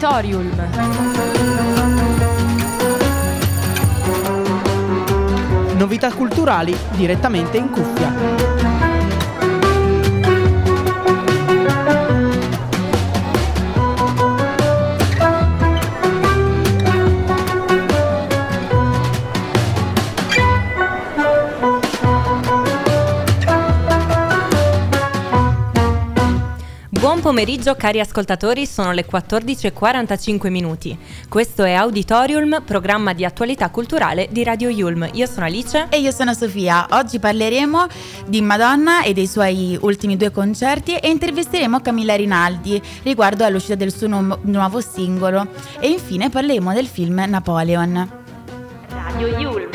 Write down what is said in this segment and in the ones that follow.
Auditorium. Novità culturali direttamente in cuffia. Buon pomeriggio cari ascoltatori, sono le 14:45 minuti. Questo è Auditorium, programma di attualità culturale di Radio Yulm. Io sono Alice. E io sono Sofia. Oggi parleremo di Madonna e dei suoi ultimi 2 concerti e intervisteremo Camilla Rinaldi riguardo all'uscita del suo nuovo singolo. E infine parleremo del film Napoleon. Radio Yulm.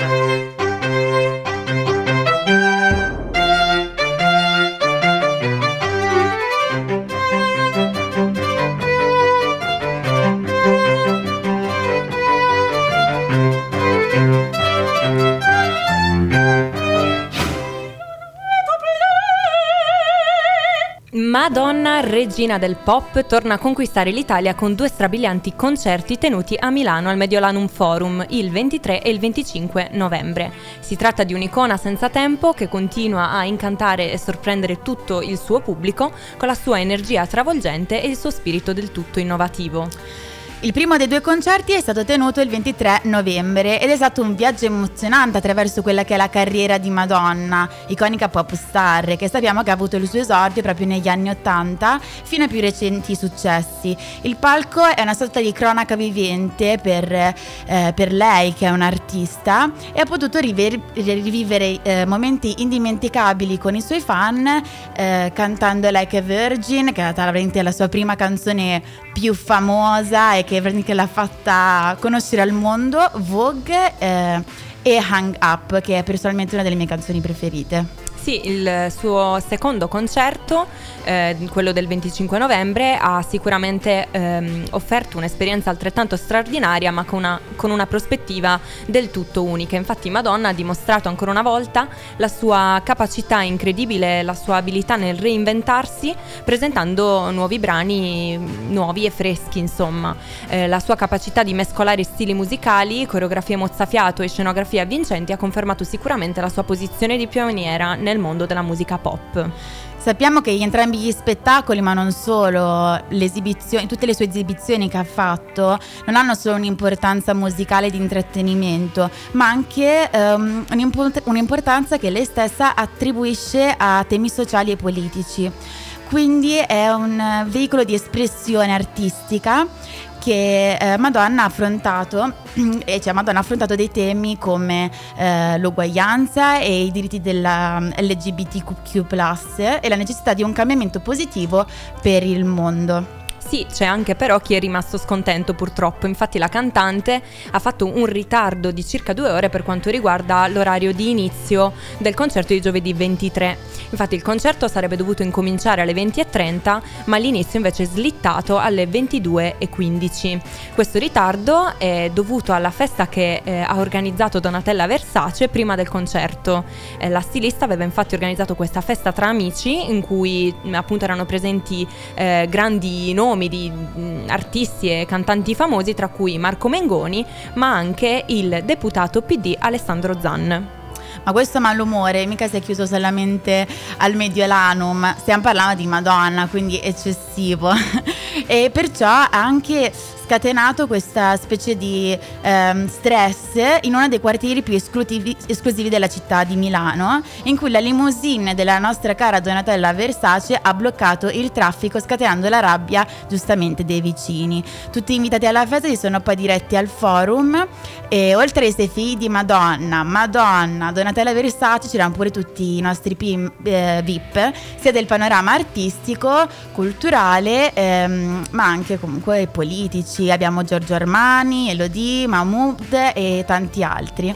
Madonna, regina del pop, torna a conquistare l'Italia con 2 strabilianti concerti tenuti a Milano al Mediolanum Forum il 23 e il 25 novembre. Si tratta di un'icona senza tempo che continua a incantare e sorprendere tutto il suo pubblico con la sua energia travolgente e il suo spirito del tutto innovativo. Il primo dei 2 concerti è stato tenuto il 23 novembre ed è stato un viaggio emozionante attraverso quella che è la carriera di Madonna, iconica pop star, che sappiamo che ha avuto il suo esordio proprio negli anni *80 fino ai più recenti successi. Il palco è una sorta di cronaca vivente per lei, che è un'artista, e ha potuto rivivere momenti indimenticabili con i suoi fan, cantando Like a Virgin, che è stata veramente la sua prima canzone più famosa e che l'ha fatta conoscere al mondo, Vogue, e Hang Up, che è personalmente una delle mie canzoni preferite. Sì, il suo secondo concerto, quello del 25 novembre, ha sicuramente offerto un'esperienza altrettanto straordinaria, ma con una prospettiva del tutto unica. Infatti Madonna ha dimostrato ancora una volta la sua capacità incredibile, la sua abilità nel reinventarsi, presentando nuovi brani, nuovi e freschi, insomma. La sua capacità di mescolare stili musicali, coreografie mozzafiato e scenografie avvincenti ha confermato sicuramente la sua posizione di pioniera nel mondo della musica pop. Sappiamo che entrambi gli spettacoli, ma non solo, tutte le sue esibizioni che ha fatto non hanno solo un'importanza musicale di intrattenimento, ma anche un'importanza che lei stessa attribuisce a temi sociali e politici. Quindi è un veicolo di espressione artistica che Madonna ha affrontato, Madonna ha affrontato dei temi come l'uguaglianza e i diritti della LGBTQ+, e la necessità di un cambiamento positivo per il mondo. Sì, c'è anche però chi è rimasto scontento purtroppo. Infatti la cantante ha fatto un ritardo di circa 2 ore per quanto riguarda l'orario di inizio del concerto di giovedì 23. Infatti il concerto sarebbe dovuto incominciare alle 20:30, ma l'inizio invece è slittato alle 22:15. Questo ritardo è dovuto alla festa che ha organizzato Donatella Versace prima del concerto. La stilista aveva infatti organizzato questa festa tra amici in cui appunto erano presenti grandi nomi di artisti e cantanti famosi, tra cui Marco Mengoni, ma anche il deputato PD Alessandro Zan. Ma questo malumore mica si è chiuso solamente al Mediolanum, stiamo parlando di Madonna, quindi eccessivo. E perciò ha anche scatenato questa specie di stress in uno dei quartieri più esclusivi della città di Milano, in cui la limousine della nostra cara Donatella Versace ha bloccato il traffico, scatenando la rabbia giustamente dei vicini. Tutti invitati alla festa si sono poi diretti al forum, e oltre ai 6 figli di Madonna, Donatella Versace, c'erano pure tutti i nostri VIP, sia del panorama artistico, culturale, ma anche comunque politici. Abbiamo Giorgio Armani, Elodie, Mahmood e tanti altri.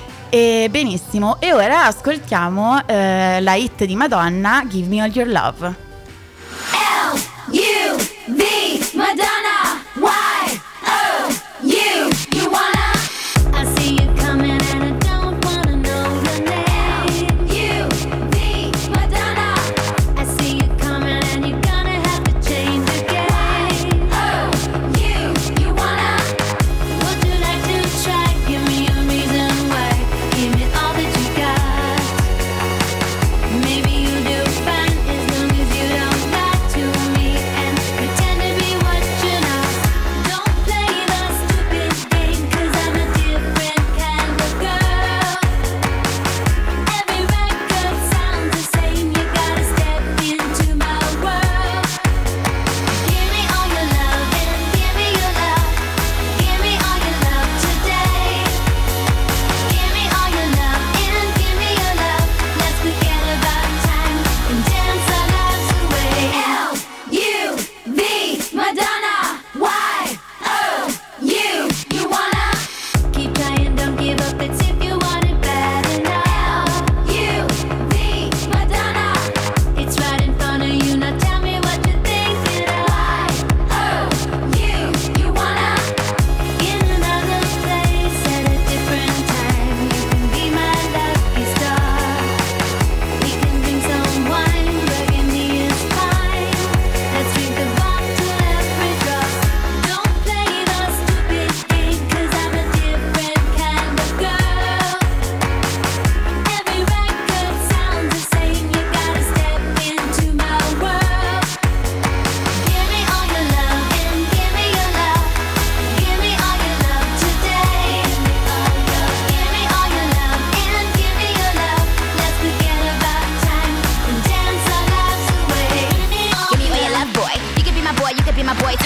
E benissimo, e ora ascoltiamo la hit di Madonna, Give Me All Your Love. L-U-V, Madonna, Y-O-U, you wanna? I see you coming and I don't wanna know your name. L-U-V, Madonna, I see you coming and you're gonna have to change the game. Y-O-U,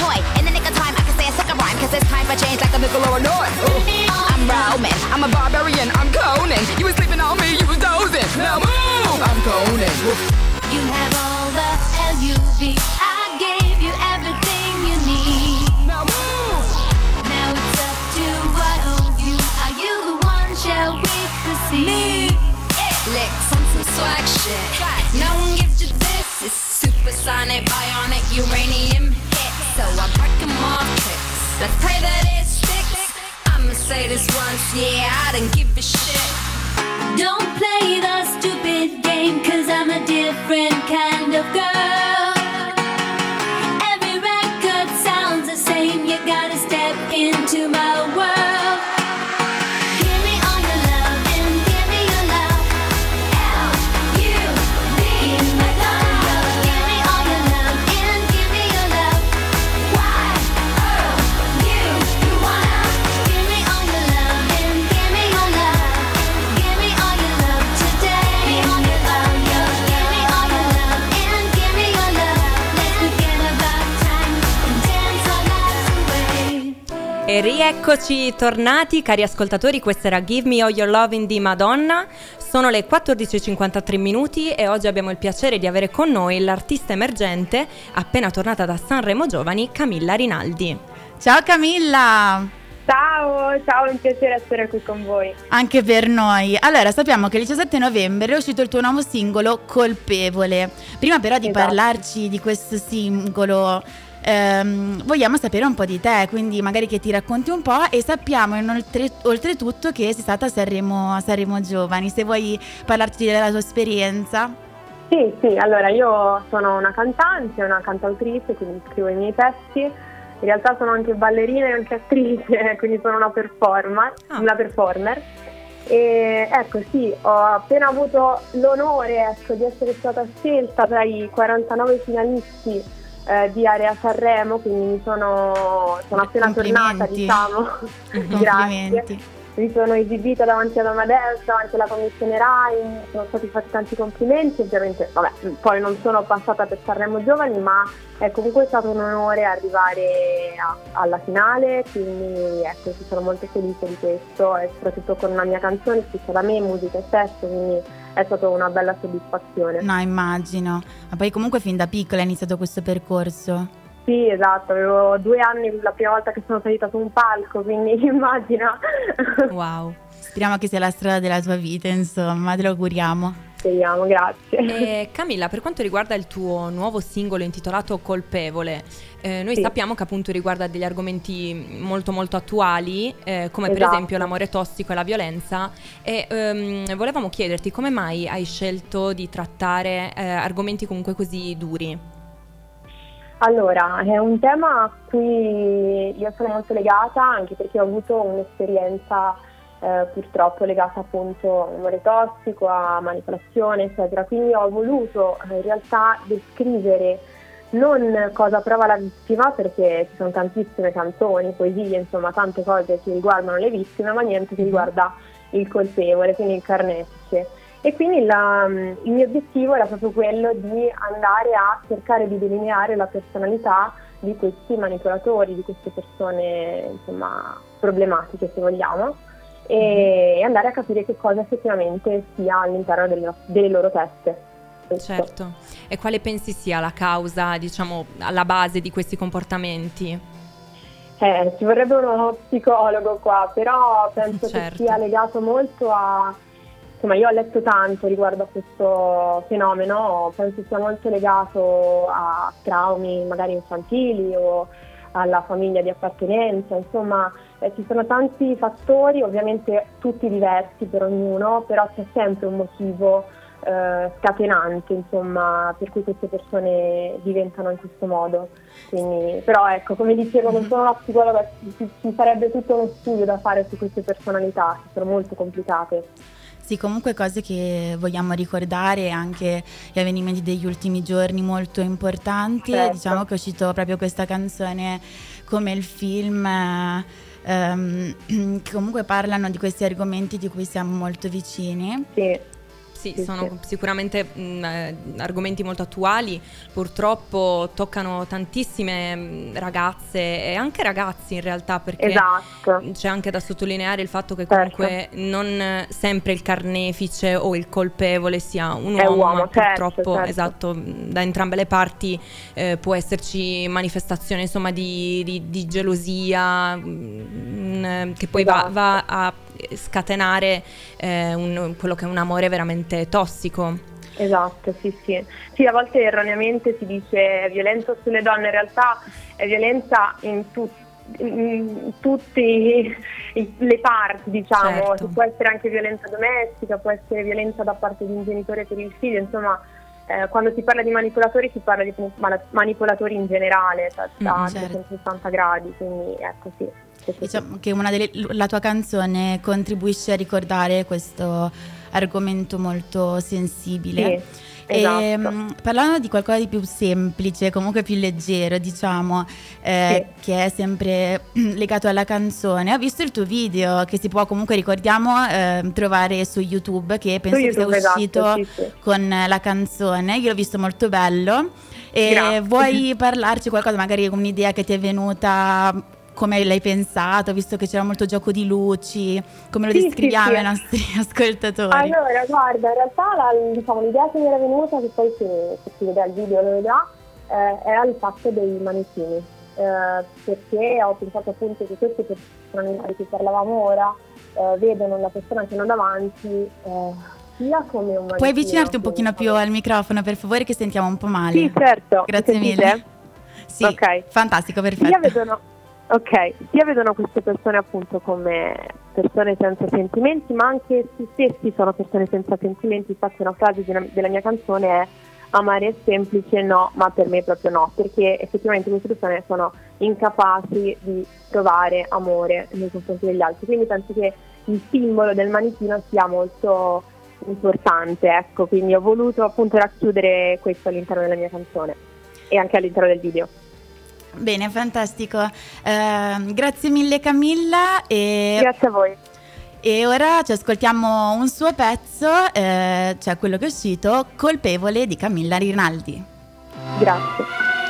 annoyed. In the nick of time, I can say a second rhyme, cause it's time for change like a nickel or a noise. I'm Roman, I'm a barbarian, I'm Conan. You was sleeping on me, you was dozing. Now move! I'm Conan. You have all the L-U-V. I gave you everything you need. Now move! Now it's up to what of you. Are you the one? Shall we proceed? Licks on some swag shit. No one gives you this. It's supersonic, bionic, uranium hit. So I break 'em off tricks. Let's pray that it sticks. I'ma say this once, yeah, I didn't give a shit. Don't play the stupid game, cause I'm a different kind of girl. Every record sounds the same, you gotta step into my world. Give me all your love and give me your love. L-U-V. Give me love. Give me all your love and give me your love. Y-O-U. You wanna give me all your love and give me your love. Give me all your love today. Give me all your love, give me all your love and give me your love. Let's forget about time and dance our lives away. E rieccoci tornati, cari ascoltatori, questa era Give Me All Your Lovin' di Madonna. Sono le 14:53 minuti e oggi abbiamo il piacere di avere con noi l'artista emergente appena tornata da Sanremo Giovani, Camilla Rinaldi. Ciao Camilla! Ciao, è un piacere essere qui con voi. Anche per noi. Allora, sappiamo che il 17 novembre è uscito il tuo nuovo singolo Colpevole. Prima però di Esatto. parlarci di questo singolo, vogliamo sapere un po' di te, quindi magari che ti racconti un po', e sappiamo oltretutto che sei stata a Sanremo Giovani. Se vuoi parlarci della tua esperienza. Sì, allora io sono una cantante, una cantautrice, quindi scrivo i miei testi. In realtà sono anche ballerina e anche attrice, quindi sono una performer. E ecco, sì, ho appena avuto l'onore, di essere stata scelta tra i 49 finalisti di Area Sanremo, quindi sono appena tornata, Complimenti. diciamo. Complimenti. Grazie. Mi sono esibita davanti ad Amadeus, davanti alla commissione Rai, sono stati fatti tanti complimenti, ovviamente, poi non sono passata per Sanremo Giovani, ma è comunque stato un onore arrivare alla finale, quindi ecco, sono molto felice di questo, e soprattutto con una mia canzone scritta da me, musica e testo, quindi è stata una bella soddisfazione. No, immagino. Ma poi comunque fin da piccola hai iniziato questo percorso. Sì, esatto, avevo 2 anni la prima volta che sono salita su un palco, quindi immagina. Wow. Speriamo che sia la strada della tua vita, insomma, te lo auguriamo. Speriamo, grazie. E Camilla, per quanto riguarda il tuo nuovo singolo intitolato Colpevole, noi Sì. sappiamo che appunto riguarda degli argomenti molto molto attuali, come per Esatto. esempio l'amore tossico e la violenza, e volevamo chiederti come mai hai scelto di trattare argomenti comunque così duri. Allora, è un tema a cui io sono molto legata, anche perché ho avuto un'esperienza purtroppo legata appunto all'amore tossico, a manipolazione, eccetera. Quindi ho voluto in realtà descrivere non cosa prova la vittima, perché ci sono tantissime canzoni, poesie, insomma tante cose che riguardano le vittime, ma niente che riguarda il colpevole, quindi il carnefice. E quindi il mio obiettivo era proprio quello di andare a cercare di delineare la personalità di questi manipolatori, di queste persone, insomma, problematiche, se vogliamo, e andare a capire che cosa effettivamente sia all'interno delle loro teste. Questo. Certo. E quale pensi sia la causa, diciamo, alla base di questi comportamenti? Ci vorrebbe uno psicologo qua, però penso Certo. che sia legato molto a... Insomma, io ho letto tanto riguardo a questo fenomeno, penso sia molto legato a traumi magari infantili o alla famiglia di appartenenza, insomma ci sono tanti fattori, ovviamente tutti diversi per ognuno, però c'è sempre un motivo scatenante, insomma, per cui queste persone diventano in questo modo. Quindi, però ecco, come dicevo, non sono una psicologa, ci sarebbe tutto uno studio da fare su queste personalità, che sono molto complicate. Sì, comunque cose che vogliamo ricordare, anche gli avvenimenti degli ultimi giorni molto importanti. Certo. Diciamo che è uscito proprio questa canzone come il film, che comunque parlano di questi argomenti di cui siamo molto vicini. Sì. Sì, Sì, sono sì. sicuramente argomenti molto attuali, purtroppo toccano tantissime ragazze e anche ragazzi in realtà, perché Esatto. c'è anche da sottolineare il fatto che Certo. comunque non sempre il carnefice o il colpevole sia un È uomo, ma uomo, certo, purtroppo, certo. esatto, da entrambe le parti può esserci manifestazione insomma di gelosia che poi Esatto. va a scatenare quello che è un amore veramente tossico. Esatto, sì, sì. Sì, a volte erroneamente si dice violenza sulle donne, in realtà è violenza in tutte le parti, diciamo. Certo. Può essere anche violenza domestica, può essere violenza da parte di un genitore per il figlio, insomma. Quando si parla di manipolatori si parla di manipolatori in generale, cioè da certo. 360 gradi, quindi ecco sì. Diciamo che la tua canzone contribuisce a ricordare questo argomento molto sensibile. Sì, esatto. Parlando di qualcosa di più semplice, comunque più leggero, diciamo, che è sempre legato alla canzone, ho visto il tuo video che si può comunque, ricordiamo, trovare su YouTube, che penso che sia uscito esatto, sì. con la canzone. Io l'ho visto molto bello. E Grazie. vuoi parlarci qualcosa, magari un'idea che ti è venuta? Come l'hai pensato, visto che c'era molto gioco di luci, come lo Sì, descriviamo sì, sì. ai nostri ascoltatori? Allora, guarda, in realtà l'idea che mi era venuta, che poi se si vede al video lo vedrà, era il fatto dei manichini, perché ho pensato appunto che queste persone di cui parlavamo ora vedono la persona che hanno davanti sia come un manichino. Puoi avvicinarti un pochino più al microfono, per favore, che sentiamo un po' male? Sì, certo. Grazie Mi mille. sentite? Sì, Ok. fantastico, perfetto. Sia vedono queste persone appunto come persone senza sentimenti, ma anche essi stessi sono persone senza sentimenti. Infatti una frase della mia canzone è: amare è semplice, no, ma per me proprio no, perché effettivamente queste persone sono incapaci di provare amore nei confronti degli altri. Quindi penso che il simbolo del manichino sia molto importante, ecco, quindi ho voluto appunto racchiudere questo all'interno della mia canzone e anche all'interno del video. Bene, fantastico. Grazie mille Camilla. Grazie a voi. E ora ci ascoltiamo un suo pezzo, cioè quello che è uscito, Colpevole, di Camilla Rinaldi. Grazie.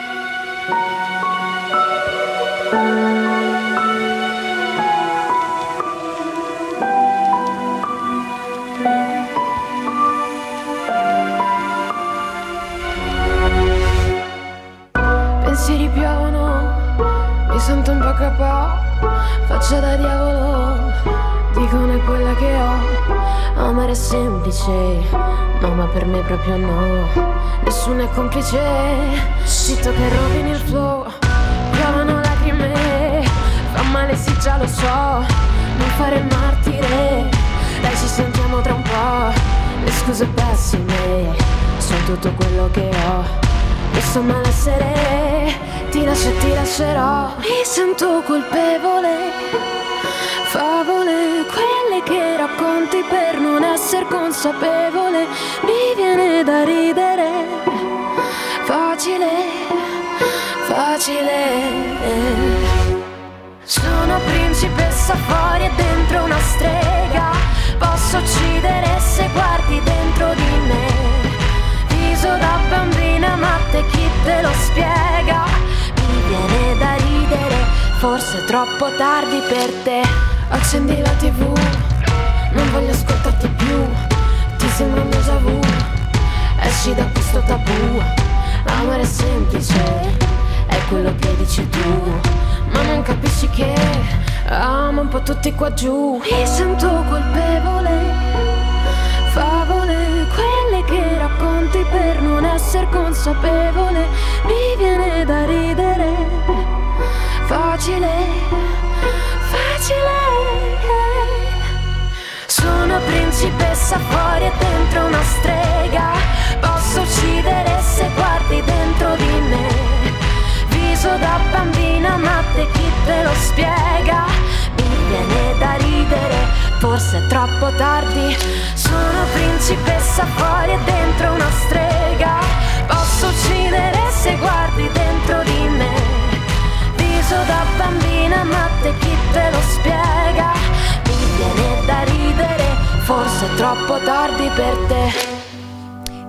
Pensieri piovono, mi sento un po' capo, faccia da diavolo, dicono è quella che ho. Amare è semplice, no ma per me proprio no, nessuno è complice, zitto che rovini il flow, piovono lacrime, fa male sì già lo so, non fare il martire, dai ci sentiamo tra un po', le scuse pessime, sono tutto quello che ho. Questo malessere ti lascio e ti lascerò. Mi sento colpevole, favole, quelle che racconti per non essere consapevole. Mi viene da ridere, facile, facile. Sono principessa fuori e dentro una strega, posso uccidere se guardi dentro di me. Viso da bambina, ma te chi te lo spiega? Mi viene da ridere, forse è troppo tardi per te. Accendi la TV, non voglio ascoltarti più, ti sembra un déjà vu, esci da questo tabù. Amore è semplice, è quello che dici tu, ma non capisci che amo un po' tutti qua giù. Mi sento colpevole, favole, quelle che racconti per non essere consapevole. Mi viene da ridere, facile, facile. Sono principessa fuori e dentro una strega, posso uccidere se guardi dentro di me. Viso da bambina, ma te chi te lo spiega? Mi viene da ridere, forse è troppo tardi. Sono principessa fuori e dentro una strega, posso uccidere se guardi dentro di me. Viso da bambina, ma te chi te lo spiega? Mi viene da ridere, forse è troppo tardi per te.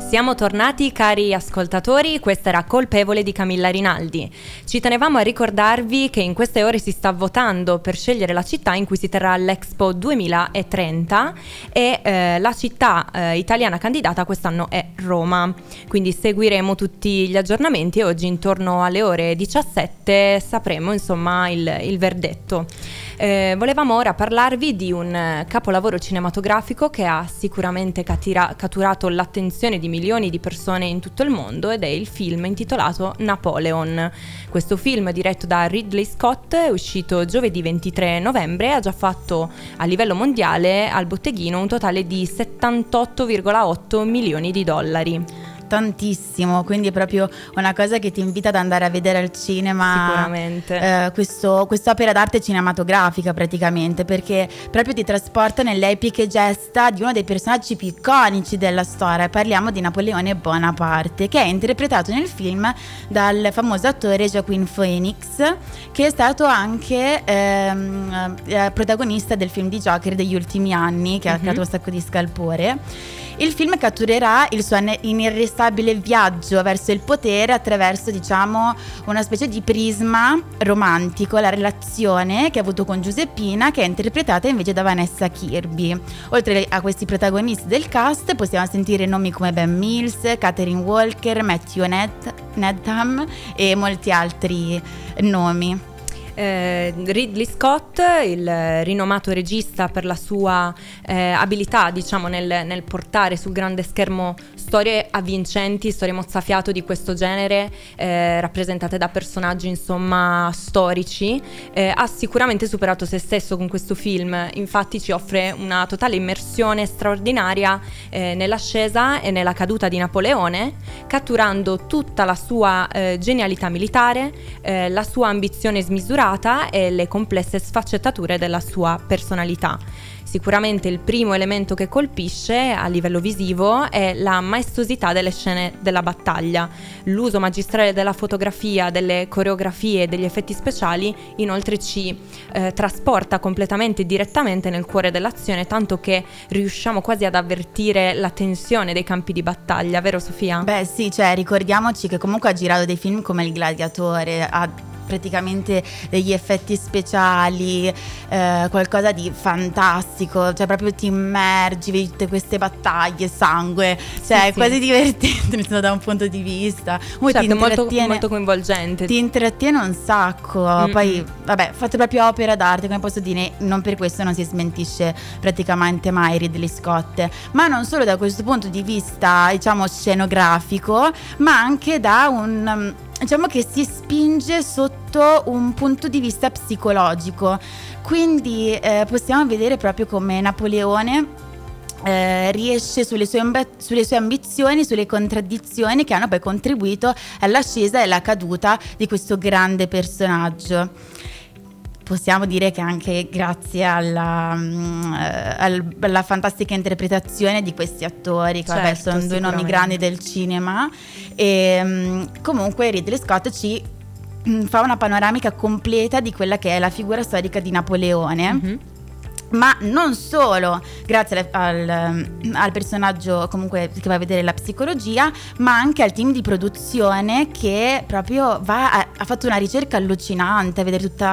Siamo tornati, cari ascoltatori, questa era Colpevole di Camilla Rinaldi. Ci tenevamo a ricordarvi che in queste ore si sta votando per scegliere la città in cui si terrà l'Expo 2030 e la città italiana candidata quest'anno è Roma. Quindi seguiremo tutti gli aggiornamenti e oggi intorno alle ore 17 sapremo insomma il verdetto. Volevamo ora parlarvi di un capolavoro cinematografico che ha sicuramente catturato l'attenzione di milioni di persone in tutto il mondo ed è il film intitolato Napoleon. Questo film, diretto da Ridley Scott, è uscito giovedì 23 novembre e ha già fatto a livello mondiale al botteghino un totale di 78,8 milioni di dollari. Tantissimo, quindi è proprio una cosa che ti invita ad andare a vedere al cinema. Sicuramente. Quest'opera d'arte cinematografica praticamente, perché proprio ti trasporta nelle epiche gesta di uno dei personaggi più iconici della storia. Parliamo di Napoleone Bonaparte, che è interpretato nel film dal famoso attore Joaquin Phoenix, che è stato anche protagonista del film di Joker degli ultimi anni, che ha creato un sacco di scalpore. Il film catturerà il suo inarrestabile viaggio verso il potere attraverso, diciamo, una specie di prisma romantico, la relazione che ha avuto con Giuseppina, che è interpretata invece da Vanessa Kirby. Oltre a questi protagonisti del cast possiamo sentire nomi come Ben Mills, Catherine Walker, Matthew Needham e molti altri nomi. Ridley Scott, il rinomato regista per la sua abilità, diciamo, nel portare sul grande schermo storie avvincenti, storie mozzafiato di questo genere, rappresentate da personaggi insomma storici, ha sicuramente superato se stesso con questo film. Infatti ci offre una totale immersione straordinaria nell'ascesa e nella caduta di Napoleone, catturando tutta la sua genialità militare, la sua ambizione smisurata e le complesse sfaccettature della sua personalità. Sicuramente il primo elemento che colpisce a livello visivo è la maestosità delle scene della battaglia. L'uso magistrale della fotografia, delle coreografie e degli effetti speciali inoltre ci trasporta completamente e direttamente nel cuore dell'azione, tanto che riusciamo quasi ad avvertire la tensione dei campi di battaglia, vero Sofia? Beh sì, cioè ricordiamoci che comunque ha girato dei film come Il Gladiatore, ha praticamente degli effetti speciali, qualcosa di fantastico, cioè proprio ti immergi, vedi tutte queste battaglie, sangue, cioè è quasi divertente da un punto di vista. Certo, molto coinvolgente. Ti intrattiene un sacco. Poi vabbè, fate proprio opera d'arte, come posso dire, non per questo non si smentisce praticamente mai Ridley Scott, ma non solo da questo punto di vista, diciamo, scenografico, ma anche da un, diciamo, che si spinge sotto un punto di vista psicologico. Quindi possiamo vedere proprio come Napoleone riesce sulle sue ambizioni, sulle contraddizioni che hanno poi contribuito all'ascesa e alla caduta di questo grande personaggio. Possiamo dire che anche grazie alla fantastica interpretazione di questi attori, che vabbè, sono due nomi grandi del cinema, e comunque Ridley Scott ci fa una panoramica completa di quella che è la figura storica di Napoleone. Ma non solo grazie al personaggio comunque che va a vedere la psicologia, ma anche al team di produzione che proprio ha fatto una ricerca allucinante a vedere tutta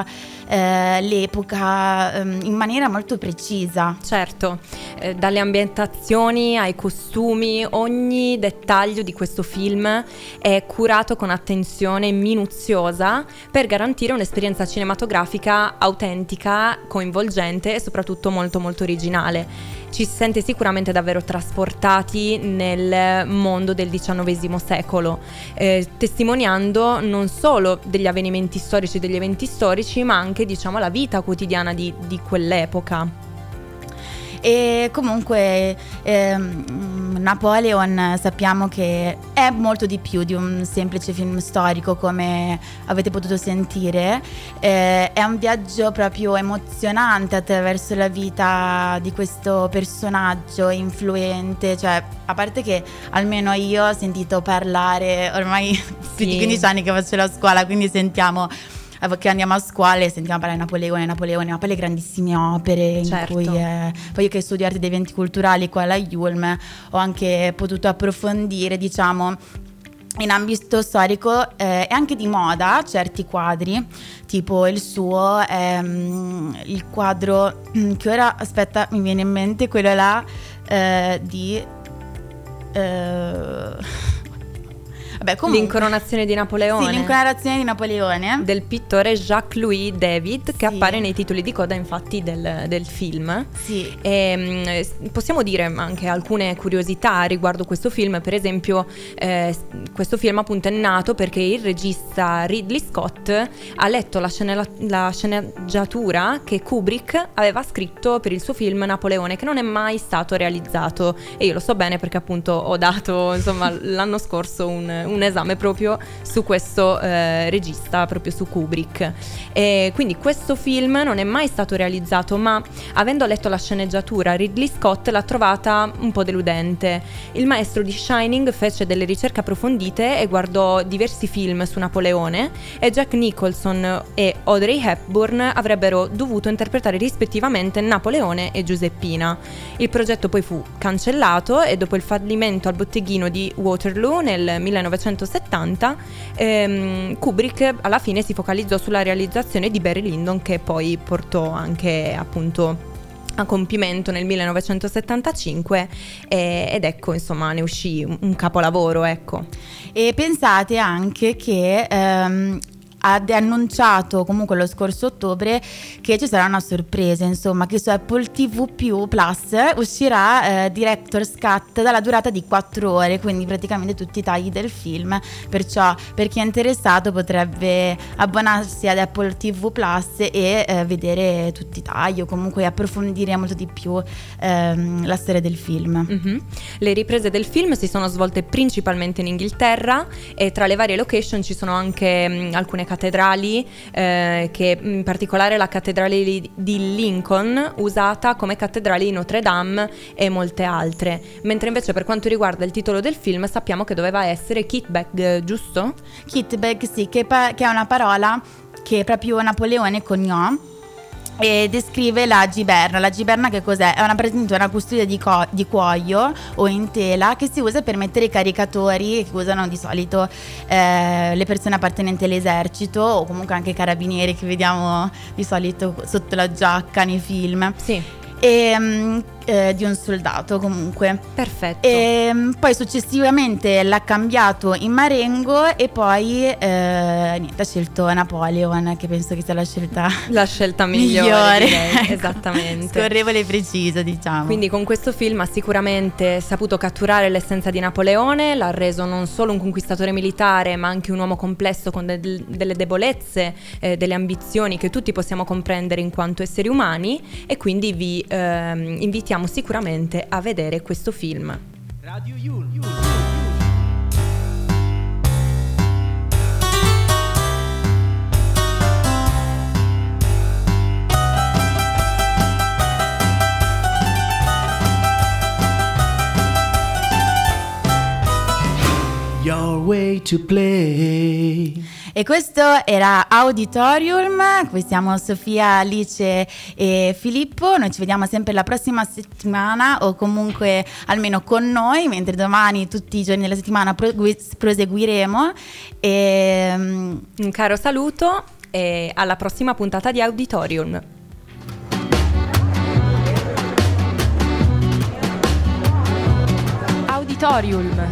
l'epoca in maniera molto precisa. Certo, dalle ambientazioni ai costumi, ogni dettaglio di questo film è curato con attenzione minuziosa per garantire un'esperienza cinematografica autentica, coinvolgente e soprattutto molto molto originale. Ci si sente sicuramente davvero trasportati nel mondo del XIX secolo, testimoniando non solo degli avvenimenti storici, degli eventi storici, ma anche, diciamo, la vita quotidiana di quell'epoca. E comunque Napoleon sappiamo che è molto di più di un semplice film storico, come avete potuto sentire. È un viaggio proprio emozionante attraverso la vita di questo personaggio influente, cioè a parte che almeno io ho sentito parlare ormai più di 15 anni che faccio la scuola, quindi sentiamo che andiamo a scuola e sentiamo parlare di Napoleone, ma poi le grandissime opere Certo. in cui poi io che studio arti dei eventi culturali qua alla Yulm ho anche potuto approfondire, diciamo, in ambito storico e anche di moda certi quadri, tipo il suo, il quadro che ora, aspetta, mi viene in mente quello là di vabbè, comunque, L'incoronazione di Napoleone. sì, l'incoronazione di Napoleone Del pittore Jacques-Louis David, che Sì. appare nei titoli di coda infatti del film. sì. Possiamo dire anche alcune curiosità riguardo questo film. Per esempio, questo film appunto è nato perché il regista Ridley Scott ha letto la sceneggiatura che Kubrick aveva scritto per il suo film Napoleone, che non è mai stato realizzato, e io lo so bene perché appunto ho dato, insomma, l'anno scorso un esame proprio su questo regista, proprio su Kubrick. E quindi questo film non è mai stato realizzato, ma avendo letto la sceneggiatura Ridley Scott l'ha trovata un po' deludente. Il maestro di Shining fece delle ricerche approfondite e guardò diversi film su Napoleone, e Jack Nicholson e Audrey Hepburn avrebbero dovuto interpretare rispettivamente Napoleone e Giuseppina. Il progetto poi fu cancellato e dopo il fallimento al botteghino di Waterloo nel 1970, Kubrick alla fine si focalizzò sulla realizzazione di Barry Lyndon, che poi portò anche appunto a compimento nel 1975, ed ecco, insomma, ne uscì un capolavoro, ecco. E pensate anche che ha annunciato comunque lo scorso ottobre che ci sarà una sorpresa, insomma, che su Apple TV Plus uscirà Director's Cut dalla durata di 4 ore, quindi praticamente tutti i tagli del film. Perciò per chi è interessato potrebbe abbonarsi ad Apple TV Plus e vedere tutti i tagli, o comunque approfondire molto di più la storia del film. Mhm. Le riprese del film si sono svolte principalmente in Inghilterra, e tra le varie location ci sono anche alcune cattedrali, che in particolare la cattedrale di Lincoln, usata come cattedrale di Notre Dame, e molte altre. Mentre invece per quanto riguarda il titolo del film sappiamo che doveva essere Kitbag, giusto? Kitbag, sì, che è una parola che proprio Napoleone coniò e descrive la giberna. La giberna che cos'è? È una custodia di cuoio o in tela che si usa per mettere i caricatori, che usano di solito le persone appartenenti all'esercito, o comunque anche i carabinieri che vediamo di solito sotto la giacca nei film. Sì. E di un soldato comunque. Perfetto. E poi successivamente l'ha cambiato in Marengo, e poi niente, ha scelto Napoleon, che penso che sia la scelta migliore, direi. Ecco. Esattamente. Scorrevole e preciso, diciamo. Quindi con questo film ha sicuramente saputo catturare l'essenza di Napoleone, l'ha reso non solo un conquistatore militare, ma anche un uomo complesso con delle debolezze, delle ambizioni che tutti possiamo comprendere in quanto esseri umani, e quindi vi invitiamo sicuramente a vedere questo film. Radio Yulm. Your way to play. E questo era Auditorium. Qui siamo Sofia, Alice e Filippo. Noi ci vediamo sempre la prossima settimana, o comunque almeno con noi, mentre domani tutti i giorni della settimana proseguiremo. Un caro saluto e alla prossima puntata di Auditorium. Auditorium.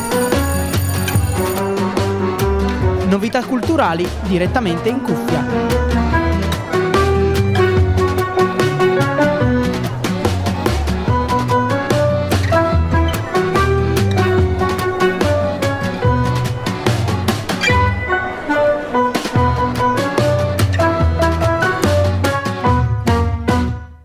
Novità culturali direttamente in cuffia.